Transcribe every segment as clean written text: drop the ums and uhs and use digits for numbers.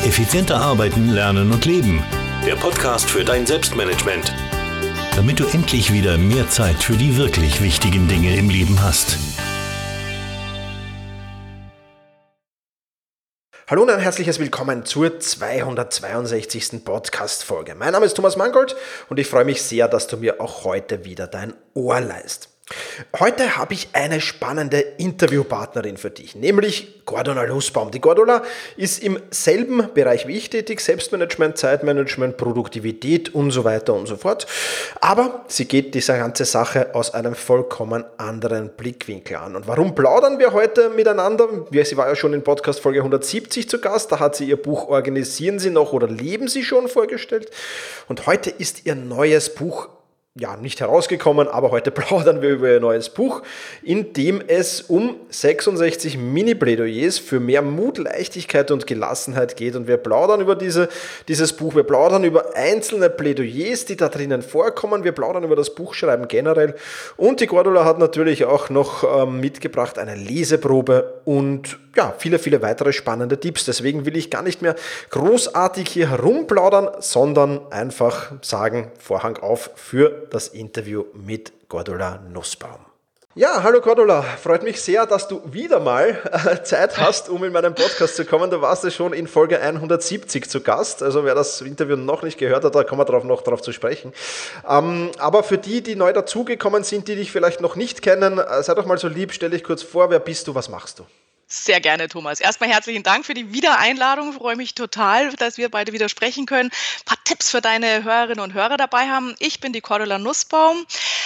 Effizienter arbeiten, lernen und leben. Der Podcast für dein Selbstmanagement. Damit du endlich wieder mehr Zeit für die wirklich wichtigen Dinge im Leben hast. Hallo und ein herzliches Willkommen zur 262. Podcast-Folge. Mein Name ist Thomas Mangold und ich freue mich sehr, dass du mir auch heute wieder dein Ohr leihst. Heute habe ich eine spannende Interviewpartnerin für dich, nämlich Gordula Nussbaum. Die Gordula ist im selben Bereich wie ich tätig, Selbstmanagement, Zeitmanagement, Produktivität und so weiter und so fort. Aber sie geht diese ganze Sache aus einem vollkommen anderen Blickwinkel an. Und warum plaudern wir heute miteinander? Sie war ja schon in Podcast Folge 170 zu Gast, da hat sie ihr Buch Organisieren Sie noch oder leben Sie schon vorgestellt. Und heute ist ihr neues Buch nicht herausgekommen, aber heute plaudern wir über ihr neues Buch, in dem es um 66 Mini-Plädoyers für mehr Mut, Leichtigkeit und Gelassenheit geht. Und wir plaudern über dieses Buch, wir plaudern über einzelne Plädoyers, die da drinnen vorkommen, wir plaudern über das Buchschreiben generell. Und die Gordula hat natürlich auch noch mitgebracht eine Leseprobe und viele, viele weitere spannende Tipps. Deswegen will ich gar nicht mehr großartig hier herumplaudern, sondern einfach sagen, Vorhang auf für das Interview mit Gordula Nussbaum. Ja, hallo Gordula, freut mich sehr, dass du wieder mal Zeit hast, um in meinen Podcast zu kommen. Du warst ja schon in Folge 170 zu Gast, also wer das Interview noch nicht gehört hat, da kommen wir noch drauf zu sprechen. Aber für die neu dazugekommen sind, die dich vielleicht noch nicht kennen, sei doch mal so lieb, stell dich kurz vor, wer bist du, was machst du? Sehr gerne, Thomas. Erstmal herzlichen Dank für die Wiedereinladung. Ich freue mich total, dass wir beide wieder sprechen können. Ein paar Tipps für deine Hörerinnen und Hörer dabei haben. Ich bin die Gordula Nussbaum,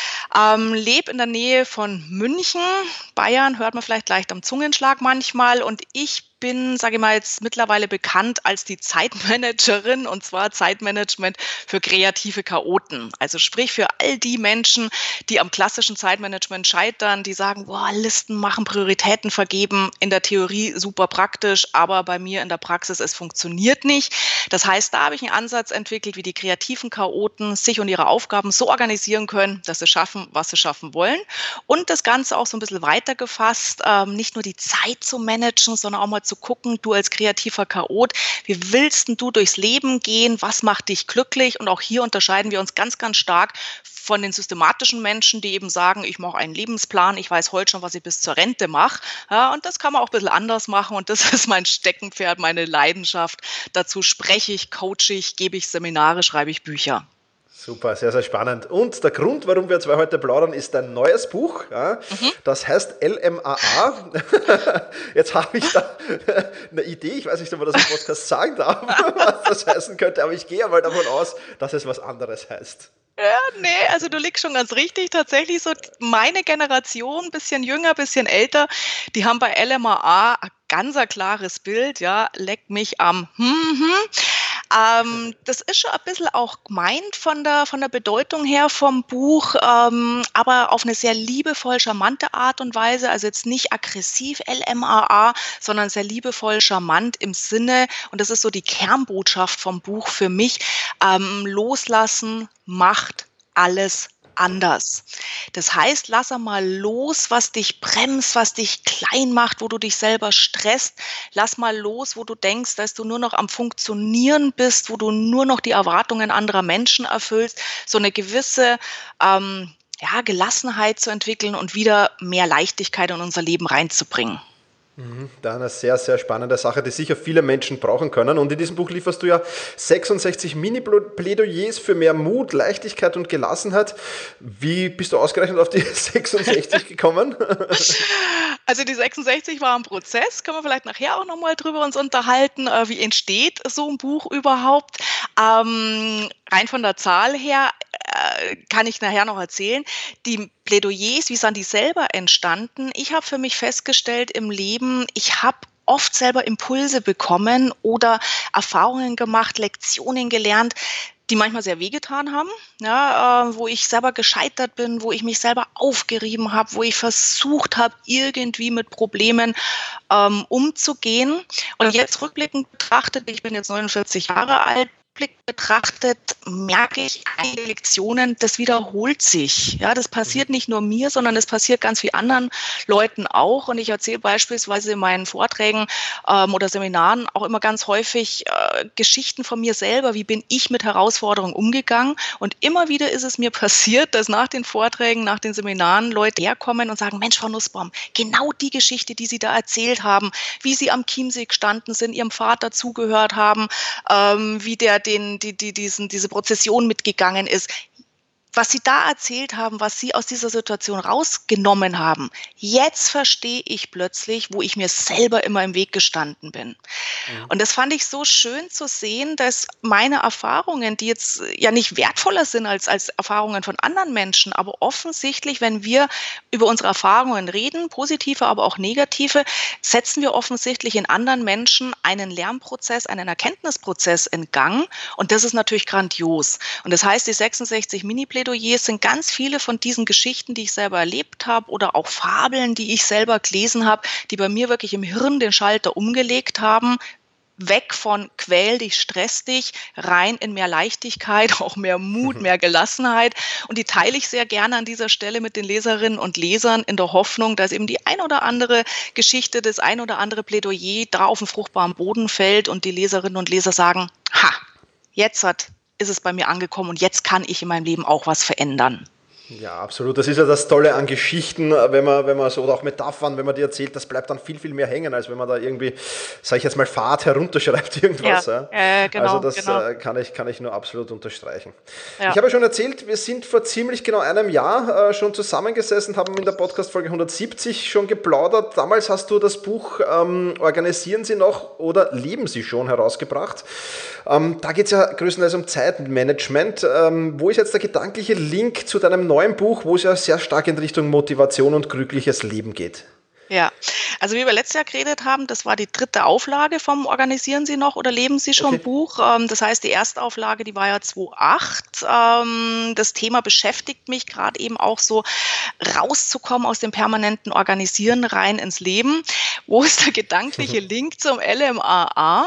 lebe in der Nähe von München. Bayern hört man vielleicht leicht am Zungenschlag manchmal. Und ich bin, sage ich mal, jetzt mittlerweile bekannt als die Zeitmanagerin, und zwar Zeitmanagement für kreative Chaoten. Also sprich für all die Menschen, die am klassischen Zeitmanagement scheitern, die sagen, Listen machen, Prioritäten vergeben, in der Theorie super praktisch, aber bei mir in der Praxis, es funktioniert nicht. Das heißt, da habe ich einen Ansatz entwickelt, wie die kreativen Chaoten sich und ihre Aufgaben so organisieren können, dass sie schaffen, was sie schaffen wollen. Und das Ganze auch so ein bisschen weitergefasst, nicht nur die Zeit zu managen, sondern auch mal zu gucken, du als kreativer Chaot, wie willst denn du durchs Leben gehen, was macht dich glücklich? Und auch hier unterscheiden wir uns ganz, ganz stark von den systematischen Menschen, die eben sagen, ich mache einen Lebensplan, ich weiß heute schon, was ich bis zur Rente mache. Ja, und das kann man auch ein bisschen anders machen und das ist mein Steckenpferd, meine Leidenschaft. Dazu spreche ich, coache ich, gebe ich Seminare, schreibe ich Bücher. Super, sehr, sehr spannend. Und der Grund, warum wir zwei heute plaudern, ist dein neues Buch. Das heißt LMAA. Jetzt habe ich da eine Idee, ich weiß nicht, ob man das im Podcast sagen darf, was das heißen könnte, aber ich gehe mal davon aus, dass es was anderes heißt. Ja, nee, also du liegst schon ganz richtig. Tatsächlich so meine Generation, bisschen jünger, bisschen älter, die haben bei LMAA ein ganz klares Bild, leck mich am das ist schon ein bisschen auch gemeint von der Bedeutung her vom Buch, aber auf eine sehr liebevoll, charmante Art und Weise, also jetzt nicht aggressiv LMAA, sondern sehr liebevoll, charmant im Sinne, und das ist so die Kernbotschaft vom Buch für mich, loslassen macht alles anders. Das heißt, lass einmal los, was dich bremst, was dich klein macht, wo du dich selber stresst. Lass mal los, wo du denkst, dass du nur noch am Funktionieren bist, wo du nur noch die Erwartungen anderer Menschen erfüllst. So eine gewisse Gelassenheit zu entwickeln und wieder mehr Leichtigkeit in unser Leben reinzubringen. Da eine sehr, sehr spannende Sache, die sicher viele Menschen brauchen können. Und in diesem Buch lieferst du ja 66 Mini-Plädoyers für mehr Mut, Leichtigkeit und Gelassenheit. Wie bist du ausgerechnet auf die 66 gekommen? Also die 66 war ein Prozess, können wir vielleicht nachher auch nochmal drüber uns unterhalten, wie entsteht so ein Buch überhaupt. Rein von der Zahl her kann ich nachher noch erzählen. Die Plädoyers, wie sind die selber entstanden? Ich habe für mich festgestellt im Leben, ich habe oft selber Impulse bekommen oder Erfahrungen gemacht, Lektionen gelernt, die manchmal sehr wehgetan haben, wo ich selber gescheitert bin, wo ich mich selber aufgerieben habe, wo ich versucht habe, irgendwie mit Problemen umzugehen. Und jetzt rückblickend betrachtet, ich bin jetzt 49 Jahre alt, betrachtet, merke ich, einige Lektionen, das wiederholt sich. Ja, das passiert nicht nur mir, sondern es passiert ganz vielen anderen Leuten auch. Und ich erzähle beispielsweise in meinen Vorträgen oder Seminaren auch immer ganz häufig Geschichten von mir selber. Wie bin ich mit Herausforderungen umgegangen? Und immer wieder ist es mir passiert, dass nach den Vorträgen, nach den Seminaren Leute herkommen und sagen, Mensch, Frau Nussbaum, genau die Geschichte, die Sie da erzählt haben, wie Sie am Chiemsee gestanden sind, Ihrem Vater zugehört haben, wie der diese Prozession mitgegangen ist. Was Sie da erzählt haben, was Sie aus dieser Situation rausgenommen haben, jetzt verstehe ich plötzlich, wo ich mir selber immer im Weg gestanden bin. Mhm. Und das fand ich so schön zu sehen, dass meine Erfahrungen, die jetzt ja nicht wertvoller sind als Erfahrungen von anderen Menschen, aber offensichtlich, wenn wir über unsere Erfahrungen reden, positive, aber auch negative, setzen wir offensichtlich in anderen Menschen einen Lernprozess, einen Erkenntnisprozess in Gang. Und das ist natürlich grandios. Und das heißt, die 66 Mini-Plädoyers sind ganz viele von diesen Geschichten, die ich selber erlebt habe oder auch Fabeln, die ich selber gelesen habe, die bei mir wirklich im Hirn den Schalter umgelegt haben, weg von quäl dich, stress dich, rein in mehr Leichtigkeit, auch mehr Mut, mehr Gelassenheit. Und die teile ich sehr gerne an dieser Stelle mit den Leserinnen und Lesern in der Hoffnung, dass eben die ein oder andere Geschichte, das ein oder andere Plädoyer da auf den fruchtbaren Boden fällt und die Leserinnen und Leser sagen, jetzt ist es bei mir angekommen und jetzt kann ich in meinem Leben auch was verändern. Ja, absolut. Das ist ja das Tolle an Geschichten, wenn man so, oder auch Metaphern, wenn man die erzählt, das bleibt dann viel, viel mehr hängen, als wenn man da irgendwie, sage ich jetzt mal, Fahrt herunterschreibt irgendwas. Ja. Genau, also das kann ich nur absolut unterstreichen. Ja. Ich habe ja schon erzählt, wir sind vor ziemlich genau einem Jahr schon zusammengesessen, haben in der Podcast-Folge 170 schon geplaudert. Damals hast du das Buch Organisieren Sie noch oder Leben Sie schon herausgebracht. Da geht es ja größtenteils um Zeitmanagement. Wo ist jetzt der gedankliche Link zu deinem neuen Buch, wo es ja sehr stark in Richtung Motivation und glückliches Leben geht? Ja, also wie wir letztes Jahr geredet haben, das war die 3. Auflage vom Organisieren Sie noch oder Leben Sie schon Buch. Das heißt, die erste Auflage, die war ja 2008. Das Thema beschäftigt mich gerade eben auch so, rauszukommen aus dem permanenten Organisieren rein ins Leben. Wo ist der gedankliche Link zum LMAA?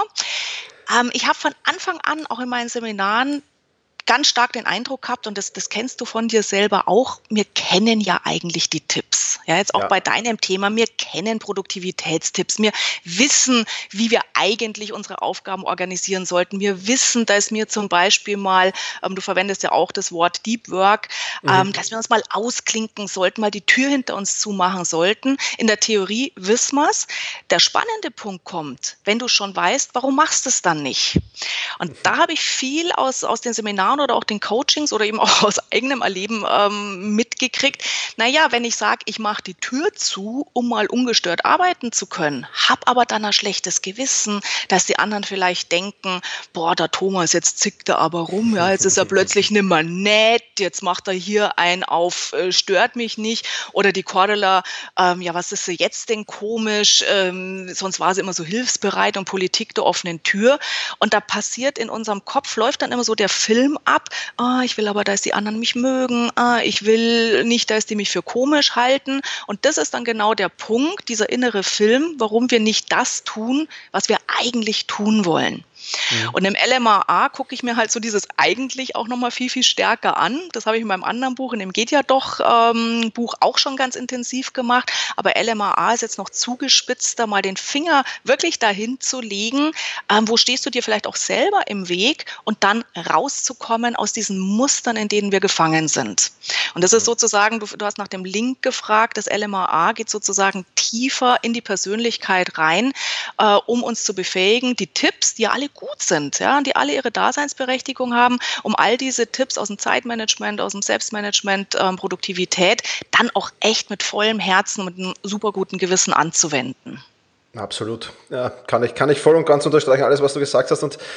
Ich habe von Anfang an auch in meinen Seminaren ganz stark den Eindruck gehabt, und das kennst du von dir selber auch, wir kennen ja eigentlich die Tipps. Ja, jetzt auch bei deinem Thema, wir kennen Produktivitätstipps. Wir wissen, wie wir eigentlich unsere Aufgaben organisieren sollten. Wir wissen, dass wir zum Beispiel mal, du verwendest ja auch das Wort Deep Work, dass wir uns mal ausklinken sollten, mal die Tür hinter uns zumachen sollten. In der Theorie wissen wir es. Der spannende Punkt kommt, wenn du schon weißt, warum machst du es dann nicht? Und da habe ich viel aus den Seminaren oder auch den Coachings oder eben auch aus eigenem Erleben mitgekriegt. Naja, wenn ich sage, ich mache die Tür zu, um mal ungestört arbeiten zu können, habe aber dann ein schlechtes Gewissen, dass die anderen vielleicht denken, boah, der Thomas, jetzt zickt er aber rum, ja, jetzt ist er plötzlich nimmer nett, jetzt macht er hier einen auf, stört mich nicht. Oder die Cordula, ja, was ist sie jetzt denn komisch? Sonst war sie immer so hilfsbereit und Politik der offenen Tür. Und da passiert in unserem Kopf, läuft dann immer so der Film ab, ich will aber, dass die anderen mich mögen, ich will nicht, dass die mich für komisch halten. Und das ist dann genau der Punkt, dieser innere Film, warum wir nicht das tun, was wir eigentlich tun wollen. Und im LMAA gucke ich mir halt so dieses eigentlich auch nochmal viel, viel stärker an. Das habe ich in meinem anderen Buch, in dem Geht ja doch Buch auch schon ganz intensiv gemacht. Aber LMAA ist jetzt noch zugespitzter, mal den Finger wirklich dahin zu legen, wo stehst du dir vielleicht auch selber im Weg und dann rauszukommen aus diesen Mustern, in denen wir gefangen sind. Und das ist sozusagen, du hast nach dem Link gefragt, das LMAA geht sozusagen tiefer in die Persönlichkeit rein, um uns zu befähigen, die Tipps, die ja alle gut sind, ja, die alle ihre Daseinsberechtigung haben, um all diese Tipps aus dem Zeitmanagement, aus dem Selbstmanagement, Produktivität, dann auch echt mit vollem Herzen und mit einem super guten Gewissen anzuwenden. Absolut. Ja, kann ich voll und ganz unterstreichen, alles, was du gesagt hast. Und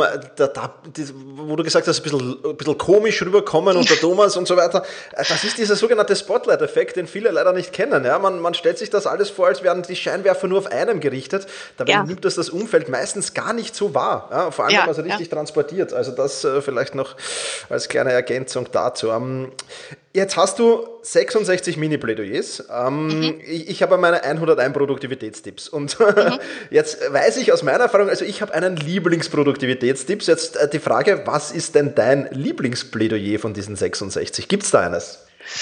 wo du gesagt hast, ein bisschen komisch rüberkommen und der Thomas und so weiter, das ist dieser sogenannte Spotlight-Effekt, den viele leider nicht kennen. Ja, man stellt sich das alles vor, als wären die Scheinwerfer nur auf einem gerichtet. Dabei nimmt das Umfeld meistens gar nicht so wahr. Ja, vor allem, wenn man es richtig transportiert. Also das vielleicht noch als kleine Ergänzung dazu. Jetzt hast du 66 Mini-Plädoyers. Ich habe meine 101 Produktivitätstipps. Und jetzt weiß ich aus meiner Erfahrung, also ich habe einen Lieblingsproduktivitätstipps. Jetzt die Frage, was ist denn dein Lieblingsplädoyer von diesen 66? Gibt es da eines?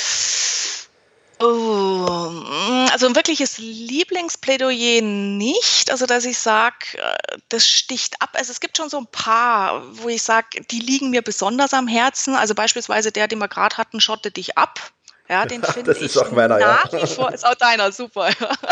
Oh, also ein wirkliches Lieblingsplädoyer nicht, also dass ich sage, das sticht ab. Also es gibt schon so ein paar, wo ich sage, die liegen mir besonders am Herzen. Also beispielsweise der, den wir gerade hatten, Schotte dich ab. Ja, den finde ich auch meiner, nach wie vor, ist auch deiner, super.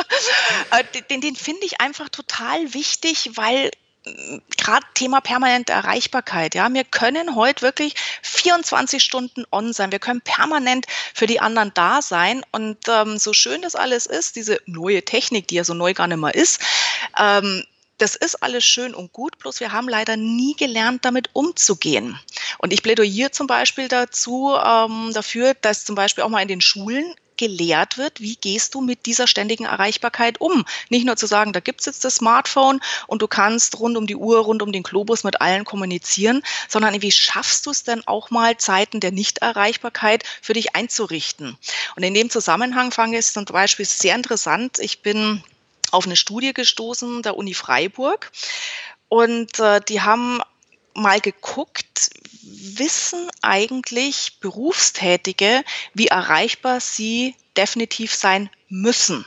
Den finde ich einfach total wichtig, weil gerade Thema permanente Erreichbarkeit, ja, wir können heute wirklich 24 Stunden on sein, wir können permanent für die anderen da sein und so schön das alles ist, diese neue Technik, die ja so neu gar nicht mehr ist, das ist alles schön und gut, bloß wir haben leider nie gelernt, damit umzugehen. Und ich plädiere zum Beispiel dafür, dass zum Beispiel auch mal in den Schulen gelehrt wird, wie gehst du mit dieser ständigen Erreichbarkeit um? Nicht nur zu sagen, da gibt es jetzt das Smartphone und du kannst rund um die Uhr, rund um den Globus mit allen kommunizieren, sondern wie schaffst du es denn auch mal, Zeiten der Nichterreichbarkeit für dich einzurichten? Und in dem Zusammenhang fand ich es zum Beispiel sehr interessant. Ich bin auf eine Studie gestoßen der Uni Freiburg und die haben mal geguckt, wissen eigentlich Berufstätige, wie erreichbar sie definitiv sein müssen.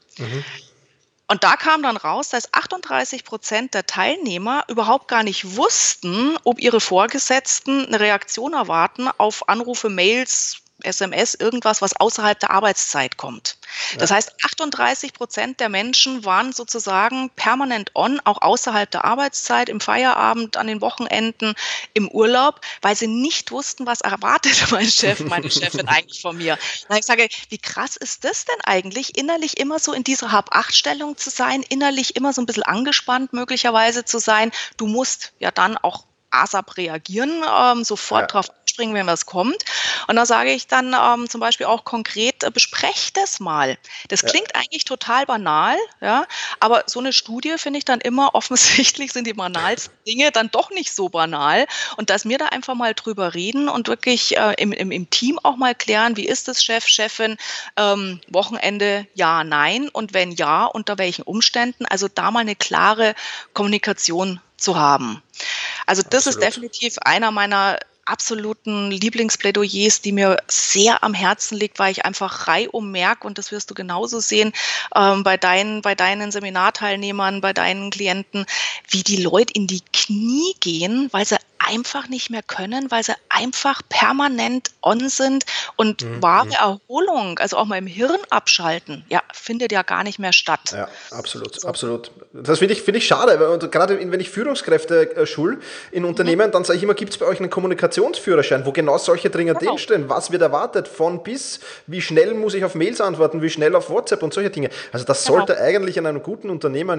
Und da kam dann raus, dass 38% der Teilnehmer überhaupt gar nicht wussten, ob ihre Vorgesetzten eine Reaktion erwarten auf Anrufe, Mails, SMS, irgendwas, was außerhalb der Arbeitszeit kommt. Das heißt, 38% der Menschen waren sozusagen permanent on, auch außerhalb der Arbeitszeit, im Feierabend, an den Wochenenden, im Urlaub, weil sie nicht wussten, was erwartet mein Chef, meine Chefin eigentlich von mir. Und ich sage, wie krass ist das denn eigentlich, innerlich immer so in dieser Hab-Acht-Stellung zu sein, innerlich immer so ein bisschen angespannt möglicherweise zu sein. Du musst ja dann auch ASAP reagieren, sofort drauf anspringen, wenn was kommt. Und da sage ich dann zum Beispiel auch konkret, besprecht das mal. Das klingt eigentlich total banal, ja, aber so eine Studie finde ich dann immer, offensichtlich sind die banalsten Dinge dann doch nicht so banal. Und dass wir da einfach mal drüber reden und wirklich im Team auch mal klären, wie ist es, Chef, Chefin, Wochenende, ja, nein und wenn ja, unter welchen Umständen. Also da mal eine klare Kommunikation zu haben. Also das ist definitiv einer meiner absoluten Lieblingsplädoyers, die mir sehr am Herzen liegt, weil ich einfach reihum merke, und das wirst du genauso sehen, bei deinen Seminarteilnehmern, bei deinen Klienten, wie die Leute in die Knie gehen, weil sie einfach nicht mehr können, weil sie einfach permanent on sind und wahre Erholung, also auch mal im Hirn abschalten, ja, findet ja gar nicht mehr statt. Ja, absolut, absolut. Das finde ich schade, und gerade wenn ich Führungskräfte schule in Unternehmen, dann sage ich immer, gibt es bei euch einen Kommunikationsführerschein, wo genau solche Dinge drinstehen, was wird erwartet, von bis, wie schnell muss ich auf Mails antworten, wie schnell auf WhatsApp und solche Dinge. Also das sollte eigentlich in einem guten Unternehmen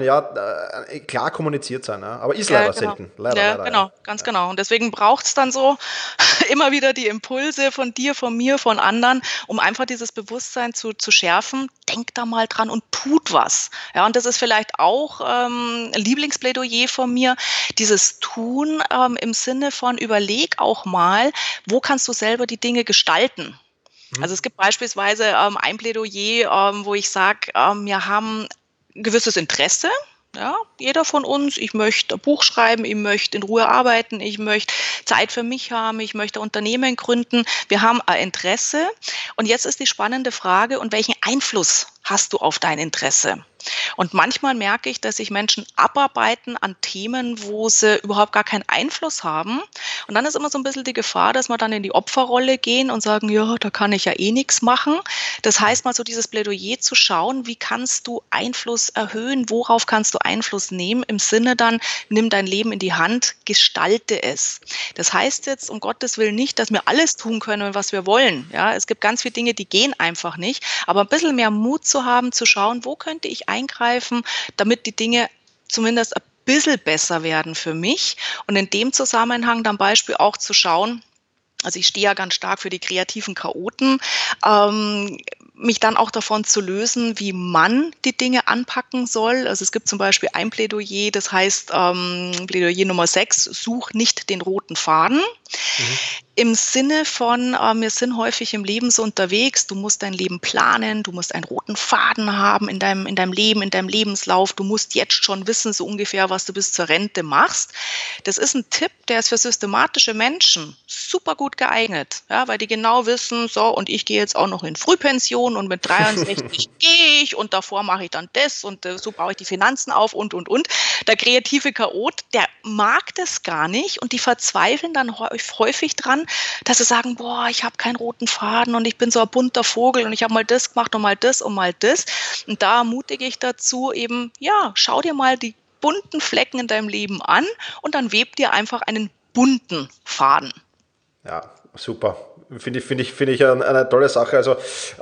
klar kommuniziert sein, aber ist leider selten. Leider, genau, ganz genau. Und deswegen braucht es dann so immer wieder die Impulse von dir, von mir, von anderen, um einfach dieses Bewusstsein zu schärfen. Denk da mal dran und tut was. Ja, und das ist vielleicht auch ein Lieblingsplädoyer von mir, dieses Tun im Sinne von überleg auch mal, wo kannst du selber die Dinge gestalten. Also es gibt beispielsweise ein Plädoyer, wo ich sage, wir haben ein gewisses Interesse. Ja, jeder von uns, ich möchte ein Buch schreiben, ich möchte in Ruhe arbeiten, ich möchte Zeit für mich haben, ich möchte Unternehmen gründen. Wir haben ein Interesse. Und jetzt ist die spannende Frage, und welchen Einfluss hast du auf dein Interesse? Und manchmal merke ich, dass sich Menschen abarbeiten an Themen, wo sie überhaupt gar keinen Einfluss haben. Und dann ist immer so ein bisschen die Gefahr, dass wir dann in die Opferrolle gehen und sagen, ja, da kann ich ja eh nichts machen. Das heißt, mal so dieses Plädoyer zu schauen, wie kannst du Einfluss erhöhen, worauf kannst du Einfluss nehmen, im Sinne dann, nimm dein Leben in die Hand, gestalte es. Das heißt jetzt um Gottes Willen nicht, dass wir alles tun können, was wir wollen. Ja, es gibt ganz viele Dinge, die gehen einfach nicht. Aber ein bisschen mehr Mut zu haben, zu schauen, wo könnte ich eingreifen, damit die Dinge zumindest ein bisschen besser werden für mich. Und in dem Zusammenhang dann Beispiel auch zu schauen, also ich stehe ja ganz stark für die kreativen Chaoten, mich dann auch davon zu lösen, wie man die Dinge anpacken soll. Also es gibt zum Beispiel ein Plädoyer, das heißt Plädoyer Nummer 6, such nicht den roten Faden. Im Sinne von, wir sind häufig im Leben so unterwegs, du musst dein Leben planen, du musst einen roten Faden haben in deinem Leben, in deinem Lebenslauf, du musst jetzt schon wissen, so ungefähr, was du bis zur Rente machst. Das ist ein Tipp, der ist für systematische Menschen super gut geeignet, ja, weil die genau wissen, so, und ich gehe jetzt auch noch in Frühpension und mit 63 gehe ich und davor mache ich dann das und so baue ich die Finanzen auf und. Der kreative Chaot, der mag das gar nicht und die verzweifeln dann häufig dran, dass sie sagen, boah, ich habe keinen roten Faden und ich bin so ein bunter Vogel und ich habe mal das gemacht und mal das und mal das. Und da ermutige ich dazu eben, ja, schau dir mal die bunten Flecken in deinem Leben an und dann web dir einfach einen bunten Faden. Ja, super. Finde ich eine tolle Sache. Also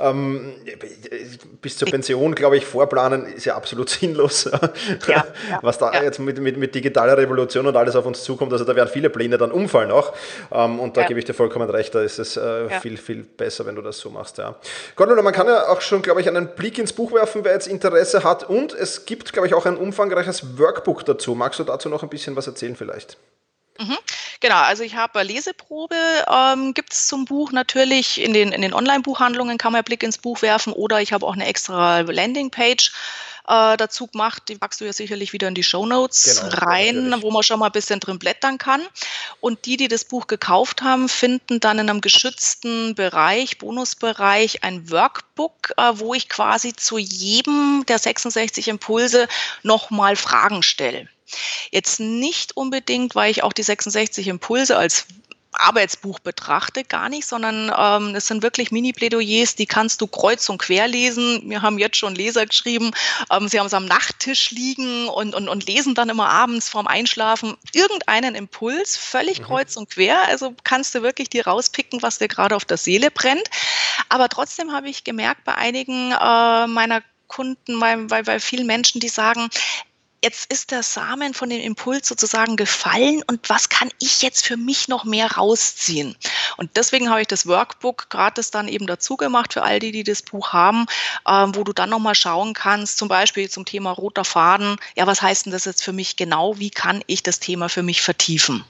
bis zur Pension, glaube ich, vorplanen ist ja absolut sinnlos. Ja, was da jetzt mit digitaler Revolution und alles auf uns zukommt, also da werden viele Pläne dann umfallen auch. Und da gebe ich dir vollkommen recht, da ist es viel, viel besser, wenn du das so machst. Ja. Cordula, man kann ja auch schon, glaube ich, einen Blick ins Buch werfen, wer jetzt Interesse hat. Und es gibt, glaube ich, auch ein umfangreiches Workbook dazu. Magst du dazu noch ein bisschen was erzählen vielleicht? Genau, also ich habe Leseprobe, gibt es zum Buch natürlich, in den Online-Buchhandlungen kann man einen Blick ins Buch werfen oder ich habe auch eine extra Landingpage dazu gemacht, die packst du ja sicherlich wieder in die Shownotes rein, natürlich, wo man schon mal ein bisschen drin blättern kann. Und die das Buch gekauft haben, finden dann in einem geschützten Bereich, Bonusbereich, ein Workbook, wo ich quasi zu jedem der 66 Impulse nochmal Fragen stelle. Jetzt nicht unbedingt, weil ich auch die 66 Impulse als Arbeitsbuch betrachte, gar nicht, sondern es sind wirklich Mini-Plädoyers, die kannst du kreuz und quer lesen. Wir haben jetzt schon Leser geschrieben, sie haben es am Nachttisch liegen und lesen dann immer abends vorm Einschlafen irgendeinen Impuls, völlig kreuz und quer. Also kannst du wirklich dir rauspicken, was dir gerade auf der Seele brennt. Aber trotzdem habe ich gemerkt bei einigen meiner Kunden, bei vielen Menschen, die sagen, jetzt ist der Samen von dem Impuls sozusagen gefallen und was kann ich jetzt für mich noch mehr rausziehen? Und deswegen habe ich das Workbook gratis dann eben dazu gemacht für all die das Buch haben, wo du dann nochmal schauen kannst, zum Beispiel zum Thema roter Faden, ja, was heißt denn das jetzt für mich genau? Wie kann ich das Thema für mich vertiefen?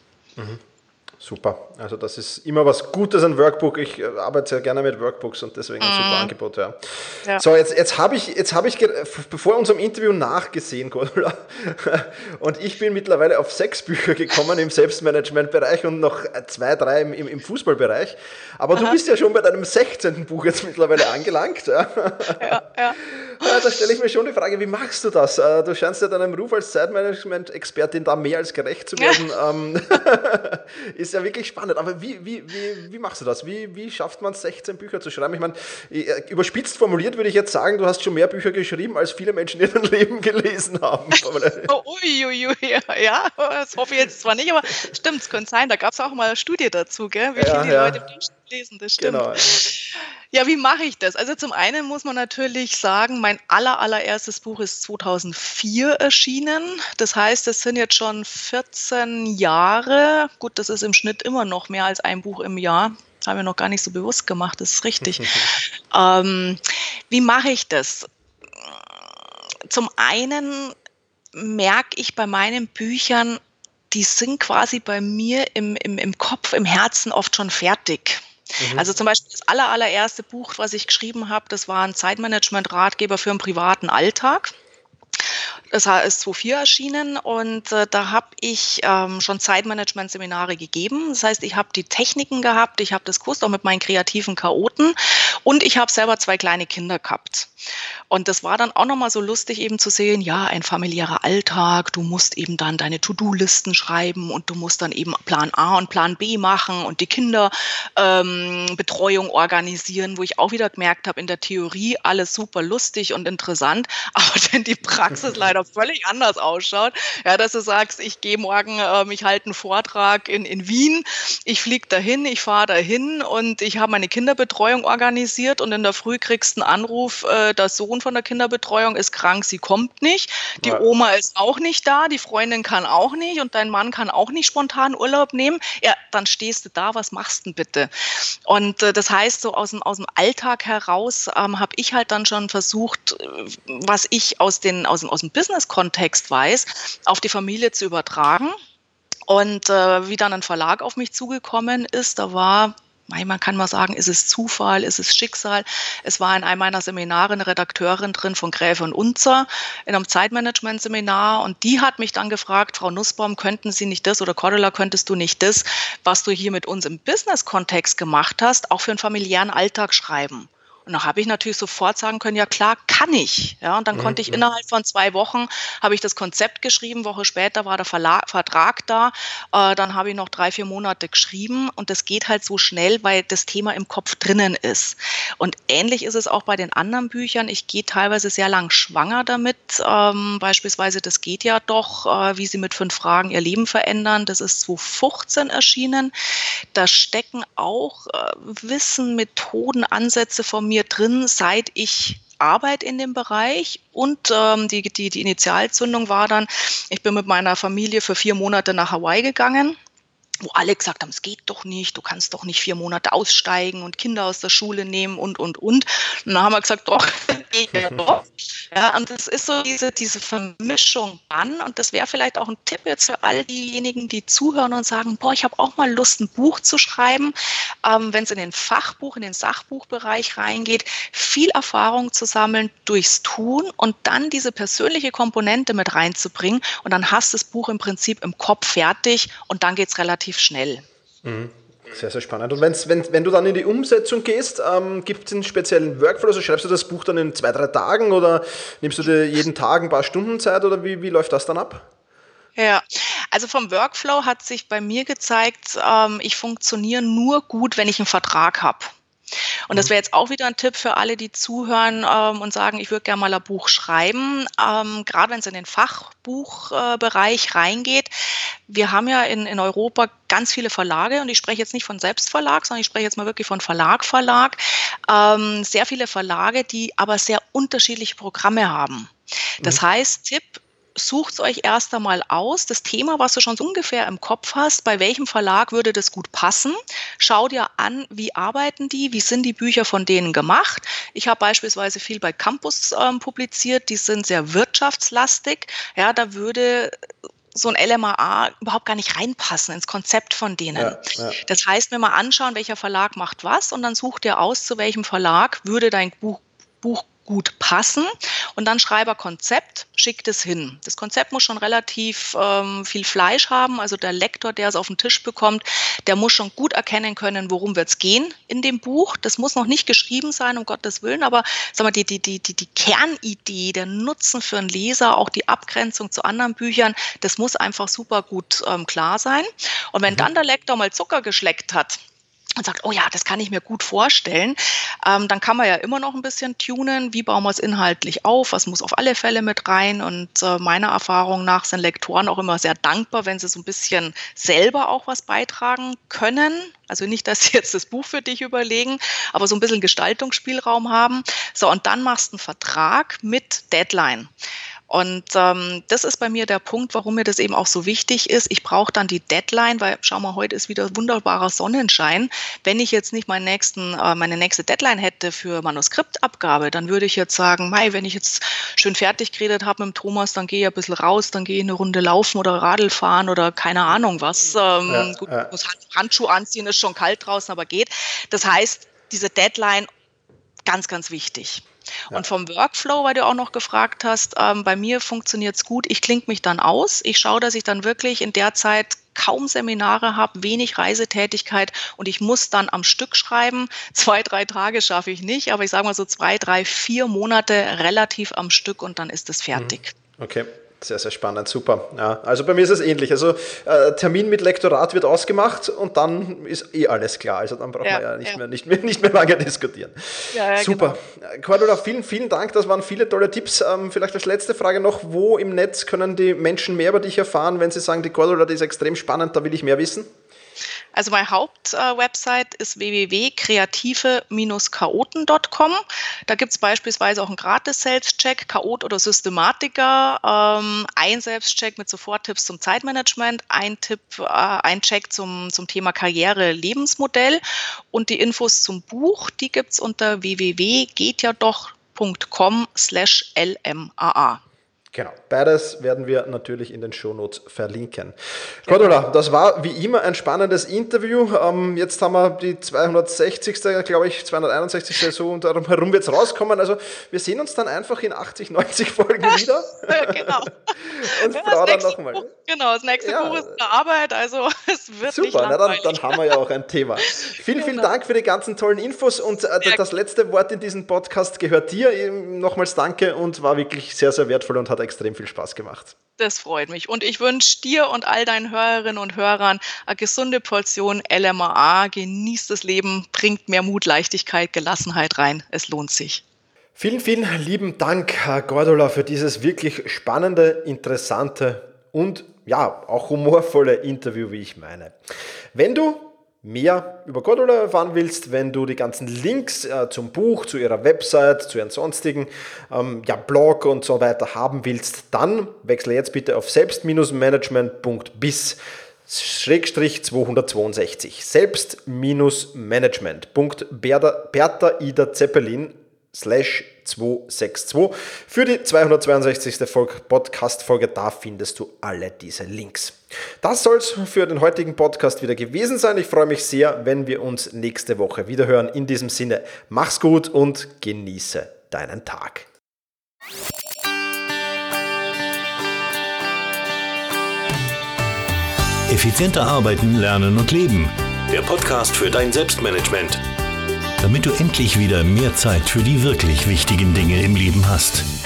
Super, also das ist immer was Gutes, ein Workbook. Ich arbeite sehr gerne mit Workbooks und deswegen ein super Angebot. Ja. So, jetzt habe ich bevor unserem Interview nachgesehen, Cordula, und ich bin mittlerweile auf 6 Bücher gekommen im Selbstmanagement-Bereich und noch 2, 3 im Fußballbereich. Aber du bist ja schon bei deinem 16. Buch jetzt mittlerweile angelangt. Ja. Da stelle ich mir schon die Frage, wie machst du das? Du scheinst ja deinem Ruf als Zeitmanagement-Expertin da mehr als gerecht zu werden. Ist ja wirklich spannend, aber wie machst du das? Wie schafft man es, 16 Bücher zu schreiben? Ich meine, überspitzt formuliert würde ich jetzt sagen, du hast schon mehr Bücher geschrieben, als viele Menschen in ihrem Leben gelesen haben. Ja, das hoffe ich jetzt zwar nicht, aber stimmt, es könnte sein, da gab es auch mal eine Studie dazu, gell? Wie viele Leute im Durchschnitt lesen, das stimmt. Genau. Ja, wie mache ich das? Also zum einen muss man natürlich sagen, mein allererstes Buch ist 2004 erschienen. Das heißt, es sind jetzt schon 14 Jahre. Gut, das ist im Schnitt immer noch mehr als ein Buch im Jahr. Das haben wir noch gar nicht so bewusst gemacht, das ist richtig. Wie mache ich das? Zum einen merke ich bei meinen Büchern, die sind quasi bei mir im Kopf, im Herzen oft schon fertig. Also zum Beispiel das allererste Buch, was ich geschrieben habe, das war ein Zeitmanagement-Ratgeber für einen privaten Alltag. Das ist 2004 erschienen und da habe ich schon Zeitmanagement-Seminare gegeben. Das heißt, ich habe die Techniken gehabt, ich habe das gewusst, auch mit meinen kreativen Chaoten und ich habe selber 2 kleine Kinder gehabt. Und das war dann auch nochmal so lustig eben zu sehen, ja, ein familiärer Alltag, du musst eben dann deine To-Do-Listen schreiben und du musst dann eben Plan A und Plan B machen und die Kinderbetreuung organisieren, wo ich auch wieder gemerkt habe, in der Theorie alles super lustig und interessant, aber wenn die Praxis leider völlig anders ausschaut, ja, dass du sagst, ich gehe morgen, ich halte einen Vortrag in Wien, ich fliege dahin, ich fahre dahin und ich habe meine Kinderbetreuung organisiert und in der Früh kriegst du einen Anruf, der Sohn von der Kinderbetreuung ist krank, sie kommt nicht, die Oma ist auch nicht da, die Freundin kann auch nicht und dein Mann kann auch nicht spontan Urlaub nehmen, ja, dann stehst du da, was machst du denn bitte? Und das heißt, so aus dem Alltag heraus habe ich halt dann schon versucht, was ich aus dem Business-Kontext weiß, auf die Familie zu übertragen. Und wie dann ein Verlag auf mich zugekommen ist, da war, man kann mal sagen, ist es Zufall, ist es Schicksal. Es war in einem meiner Seminare eine Redakteurin drin von Gräfe und Unzer in einem Zeitmanagement-Seminar, und die hat mich dann gefragt: Frau Nussbaum, könnten Sie nicht das, oder Cordula, könntest du nicht das, was du hier mit uns im Business-Kontext gemacht hast, auch für einen familiären Alltag schreiben? Und da habe ich natürlich sofort sagen können, ja klar, kann ich. Ja, und dann konnte ich innerhalb von 2 Wochen, habe ich das Konzept geschrieben, Woche später war der Vertrag da, dann habe ich noch 3, 4 Monate geschrieben, und das geht halt so schnell, weil das Thema im Kopf drinnen ist. Und ähnlich ist es auch bei den anderen Büchern. Ich gehe teilweise sehr lang schwanger damit, beispielsweise Das geht ja doch, wie Sie mit 5 Fragen Ihr Leben verändern. Das ist 2015 erschienen. Da stecken auch Wissen, Methoden, Ansätze von mir drin, seit ich arbeite in dem Bereich. Und die Initialzündung war dann, ich bin mit meiner Familie für 4 Monate nach Hawaii gegangen, wo alle gesagt haben, es geht doch nicht, du kannst doch nicht 4 Monate aussteigen und Kinder aus der Schule nehmen und. Und dann haben wir gesagt, doch, geht ja doch. Ja, und das ist so diese Vermischung an, und das wäre vielleicht auch ein Tipp jetzt für all diejenigen, die zuhören und sagen, boah, ich habe auch mal Lust, ein Buch zu schreiben, wenn es in den Sachbuchbereich reingeht, viel Erfahrung zu sammeln durchs Tun und dann diese persönliche Komponente mit reinzubringen, und dann hast du das Buch im Prinzip im Kopf fertig, und dann geht es relativ schnell. Sehr, sehr spannend. Und wenn du dann in die Umsetzung gehst, gibt es einen speziellen Workflow? Also schreibst du das Buch dann in 2, 3 Tagen, oder nimmst du dir jeden Tag ein paar Stunden Zeit, oder wie läuft das dann ab? Ja, also vom Workflow hat sich bei mir gezeigt, ich funktioniere nur gut, wenn ich einen Vertrag habe. Und das wäre jetzt auch wieder ein Tipp für alle, die zuhören und sagen, ich würde gerne mal ein Buch schreiben, gerade wenn es in den Fachbuchbereich reingeht. Wir haben ja in Europa ganz viele Verlage, und ich spreche jetzt nicht von Selbstverlag, sondern ich spreche jetzt mal wirklich von Verlag. Sehr viele Verlage, die aber sehr unterschiedliche Programme haben. Das heißt, Tipp: Sucht euch erst einmal aus, das Thema, was du schon so ungefähr im Kopf hast, bei welchem Verlag würde das gut passen. Schau dir an, wie arbeiten die, wie sind die Bücher von denen gemacht. Ich habe beispielsweise viel bei Campus publiziert, die sind sehr wirtschaftslastig. Ja, da würde so ein LMAA überhaupt gar nicht reinpassen ins Konzept von denen. Ja. Das heißt, mir mal anschauen, welcher Verlag macht was, und dann such dir aus, zu welchem Verlag würde dein Buch gut passen, und dann schreibe ein Konzept, schick das hin. Das Konzept muss schon relativ viel Fleisch haben, also der Lektor, der es auf den Tisch bekommt, der muss schon gut erkennen können, worum wird es gehen in dem Buch. Das muss noch nicht geschrieben sein, um Gottes Willen, aber sag mal, die Kernidee, der Nutzen für einen Leser, auch die Abgrenzung zu anderen Büchern, das muss einfach super gut klar sein. Und wenn dann der Lektor mal Zucker geschleckt hat und sagt, oh ja, das kann ich mir gut vorstellen, dann kann man ja immer noch ein bisschen tunen, wie bauen wir es inhaltlich auf, was muss auf alle Fälle mit rein, und meiner Erfahrung nach sind Lektoren auch immer sehr dankbar, wenn sie so ein bisschen selber auch was beitragen können, also nicht, dass sie jetzt das Buch für dich überlegen, aber so ein bisschen Gestaltungsspielraum haben. So, und dann machst du einen Vertrag mit Deadline. Und das ist bei mir der Punkt, warum mir das eben auch so wichtig ist. Ich brauche dann die Deadline, weil, schau mal, heute ist wieder wunderbarer Sonnenschein. Wenn ich jetzt nicht meine nächste Deadline hätte für Manuskriptabgabe, dann würde ich jetzt sagen, wenn ich jetzt schön fertig geredet habe mit dem Thomas, dann gehe ich ein bisschen raus, dann gehe ich eine Runde laufen oder Radl fahren oder keine Ahnung was. Gut, ich muss Handschuhe anziehen, ist schon kalt draußen, aber geht. Das heißt, diese Deadline, ganz, ganz wichtig. Ja. Und vom Workflow, weil du auch noch gefragt hast, bei mir funktioniert es gut. Ich klinke mich dann aus. Ich schaue, dass ich dann wirklich in der Zeit kaum Seminare habe, wenig Reisetätigkeit, und ich muss dann am Stück schreiben. 2, 3 Tage schaffe ich nicht, aber ich sage mal so 2, 3, 4 Monate relativ am Stück, und dann ist es fertig. Okay. Sehr, sehr spannend, super. Ja, also bei mir ist es ähnlich. Also Termin mit Lektorat wird ausgemacht, und dann ist alles klar. Also dann braucht man nicht mehr lange diskutieren. Ja, super. Genau. Cordula, vielen, vielen Dank. Das waren viele tolle Tipps. Vielleicht als letzte Frage noch: Wo im Netz können die Menschen mehr über dich erfahren, wenn sie sagen, die Cordula, die ist extrem spannend, da will ich mehr wissen? Also meine Hauptwebsite ist www.kreative-chaoten.com. Da gibt es beispielsweise auch einen Gratis-Selbstcheck, Chaot oder Systematiker, ein Selbstcheck mit Soforttipps zum Zeitmanagement, ein Check zum Thema Karriere, Lebensmodell, und die Infos zum Buch, die gibt es unter www.gehtjadoch.com/LMAA. Genau, beides werden wir natürlich in den Shownotes verlinken. Cordula, das war wie immer ein spannendes Interview. Jetzt haben wir die 260. glaube ich, 261. so und darum herum wird es rauskommen. Also wir sehen uns dann einfach in 80, 90 Folgen wieder. Genau. Und plaudern nochmal. Genau, das nächste Buch ist in der Arbeit, also es wird super, nicht langweilig. Dann haben wir ja auch ein Thema. Vielen Dank für die ganzen tollen Infos und das letzte Wort in diesem Podcast gehört dir. Nochmals danke und war wirklich sehr, sehr wertvoll und hat extrem viel Spaß gemacht. Das freut mich. Und ich wünsche dir und all deinen Hörerinnen und Hörern eine gesunde Portion LMAA. Genießt das Leben, bringt mehr Mut, Leichtigkeit, Gelassenheit rein. Es lohnt sich. Vielen, vielen lieben Dank, Cordula, für dieses wirklich spannende, interessante und ja, auch humorvolle Interview, wie ich meine. Wenn du mehr über Cordula erfahren willst, wenn du die ganzen Links zum Buch, zu ihrer Website, zu ihren sonstigen Blog und so weiter haben willst, dann wechsle jetzt bitte auf selbst-management.biz/262 selbst-management.bertha-ida-zeppelin/262 für die 262. Podcast-Folge, da findest du alle diese Links. Das soll es für den heutigen Podcast wieder gewesen sein. Ich freue mich sehr, wenn wir uns nächste Woche wiederhören. In diesem Sinne, mach's gut und genieße deinen Tag. Effizienter arbeiten, lernen und leben. Der Podcast für dein Selbstmanagement. Damit du endlich wieder mehr Zeit für die wirklich wichtigen Dinge im Leben hast.